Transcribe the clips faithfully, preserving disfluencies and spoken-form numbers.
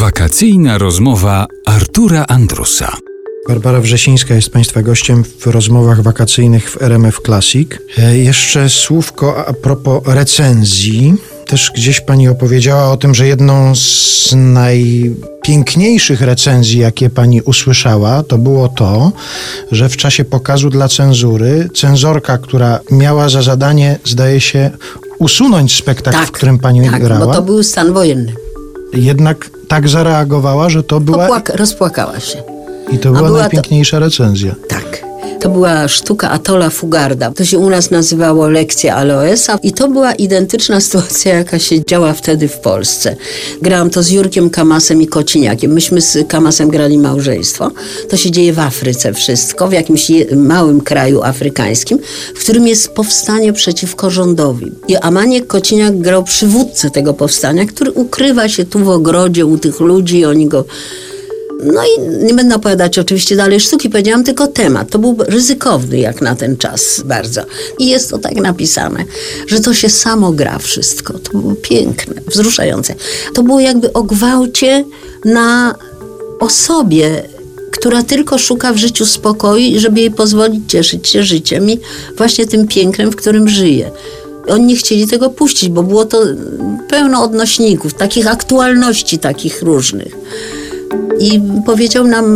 Wakacyjna rozmowa Artura Andrusa. Barbara Wrzesińska jest Państwa gościem w rozmowach wakacyjnych w R M F Classic. E, jeszcze słówko a propos recenzji. Też gdzieś Pani opowiedziała o tym, że jedną z najpiękniejszych recenzji, jakie Pani usłyszała, to było to, że w czasie pokazu dla cenzury cenzorka, która miała za zadanie, zdaje się, usunąć spektakl, tak, w którym Pani tak, grała, bo to był stan wojenny. jednak tak zareagowała, że to była... Popłaka- rozpłakała się. I to była, była najpiękniejsza to... recenzja. Tak. To była sztuka Atola Fugarda. To się u nas nazywało Lekcja Aloesa i to była identyczna sytuacja, jaka się działa wtedy w Polsce. Grałam to z Jurkiem Kamasem i Kociniakiem. Myśmy z Kamasem grali małżeństwo. To się dzieje w Afryce wszystko, w jakimś je- małym kraju afrykańskim, w którym jest powstanie przeciwko rządowi. I Amaniek Kociniak grał przywódcę tego powstania, który ukrywa się tu w ogrodzie u tych ludzi i oni go... No i nie będę opowiadać oczywiście dalej sztuki, powiedziałam tylko temat. To był ryzykowny jak na ten czas bardzo. I jest to tak napisane, że to się samo gra wszystko. To było piękne, wzruszające. To było jakby o gwałcie na osobie, która tylko szuka w życiu spokoju, żeby jej pozwolić cieszyć się życiem i właśnie tym pięknem, w którym żyje. Oni nie chcieli tego puścić, bo było to pełno odnośników, takich aktualności, takich różnych. I powiedział nam,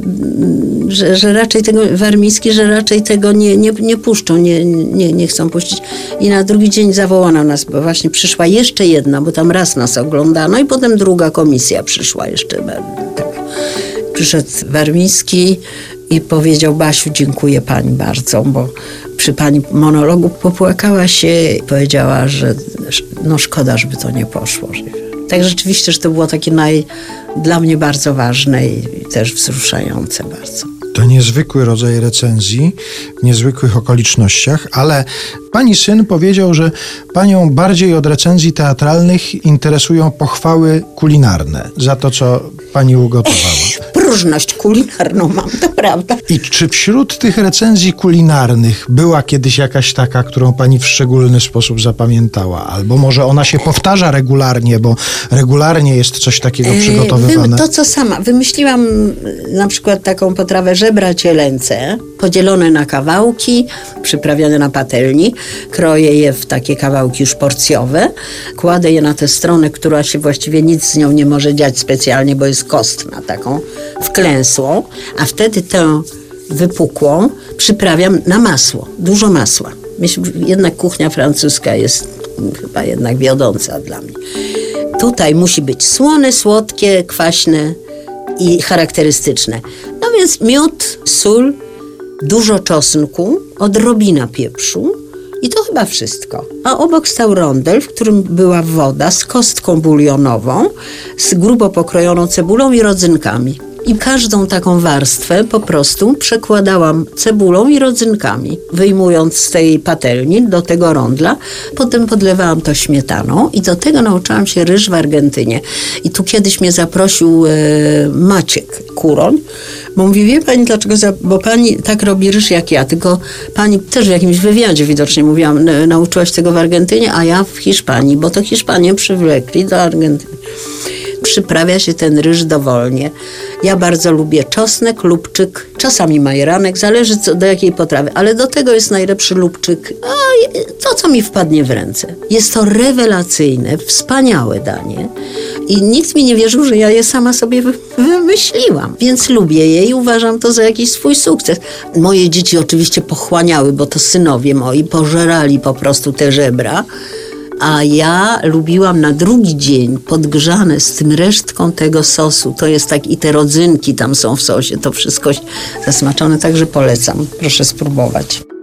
że, że raczej tego, Warmiński, że raczej tego nie, nie, nie puszczą, nie, nie, nie chcą puścić. I na drugi dzień zawołano nas, bo właśnie przyszła jeszcze jedna, bo tam raz nas oglądano i potem druga komisja przyszła jeszcze. Tak. Przyszedł Warmiński i powiedział: Basiu, dziękuję pani bardzo, bo przy pani monologu popłakała się i powiedziała, że no szkoda, żeby to nie poszło. Tak rzeczywiście, że to było takie naj, dla mnie bardzo ważne i też wzruszające bardzo. To niezwykły rodzaj recenzji, w niezwykłych okolicznościach, ale pani syn powiedział, że panią bardziej od recenzji teatralnych interesują pochwały kulinarne za to, co pani ugotowała. Próżność kulinarną mam, to prawda. I czy wśród tych recenzji kulinarnych była kiedyś jakaś taka, którą pani w szczególny sposób zapamiętała? Albo może ona się powtarza regularnie, bo regularnie jest coś takiego przygotowywane? To, co sama. Wymyśliłam na przykład taką potrawę żebra cielęce, podzielone na kawałki, przyprawione na patelni. Kroję je w takie kawałki już porcjowe. Kładę je na tę stronę, która się właściwie nic z nią nie może dziać specjalnie, bo jest kostna, taką wklęsłą. A wtedy tę wypukłą przyprawiam na masło. Dużo masła. Myślę, jednak kuchnia francuska jest chyba jednak wiodąca dla mnie. Tutaj musi być słone, słodkie, kwaśne i charakterystyczne. No więc miód, sól, dużo czosnku, odrobina pieprzu i to chyba wszystko. A obok stał rondel, w którym była woda z kostką bulionową, z grubo pokrojoną cebulą i rodzynkami. I każdą taką warstwę po prostu przekładałam cebulą i rodzynkami, wyjmując z tej patelni do tego rondla. Potem podlewałam to śmietaną i do tego nauczyłam się ryż w Argentynie. I tu kiedyś mnie zaprosił e, Maciek Kuroń, bo mówi: wie pani dlaczego, za... bo pani tak robi ryż jak ja, tylko pani też w jakimś wywiadzie widocznie mówiłam, nauczyłaś tego w Argentynie, a ja w Hiszpanii, bo to Hiszpanie przywlekli do Argentyny. Przyprawia się ten ryż dowolnie. Ja bardzo lubię czosnek, lubczyk, czasami majeranek, zależy co, do jakiej potrawy, ale do tego jest najlepszy lubczyk, a to, co mi wpadnie w ręce. Jest to rewelacyjne, wspaniałe danie i nikt mi nie wierzył, że ja je sama sobie wymyśliłam, więc lubię je i uważam to za jakiś swój sukces. Moje dzieci oczywiście pochłaniały, bo to synowie moi, pożerali po prostu te żebra. A ja lubiłam na drugi dzień podgrzane z tym resztką tego sosu. To jest tak, i te rodzynki tam są w sosie, to wszystko zasmaczone, także polecam. Proszę spróbować.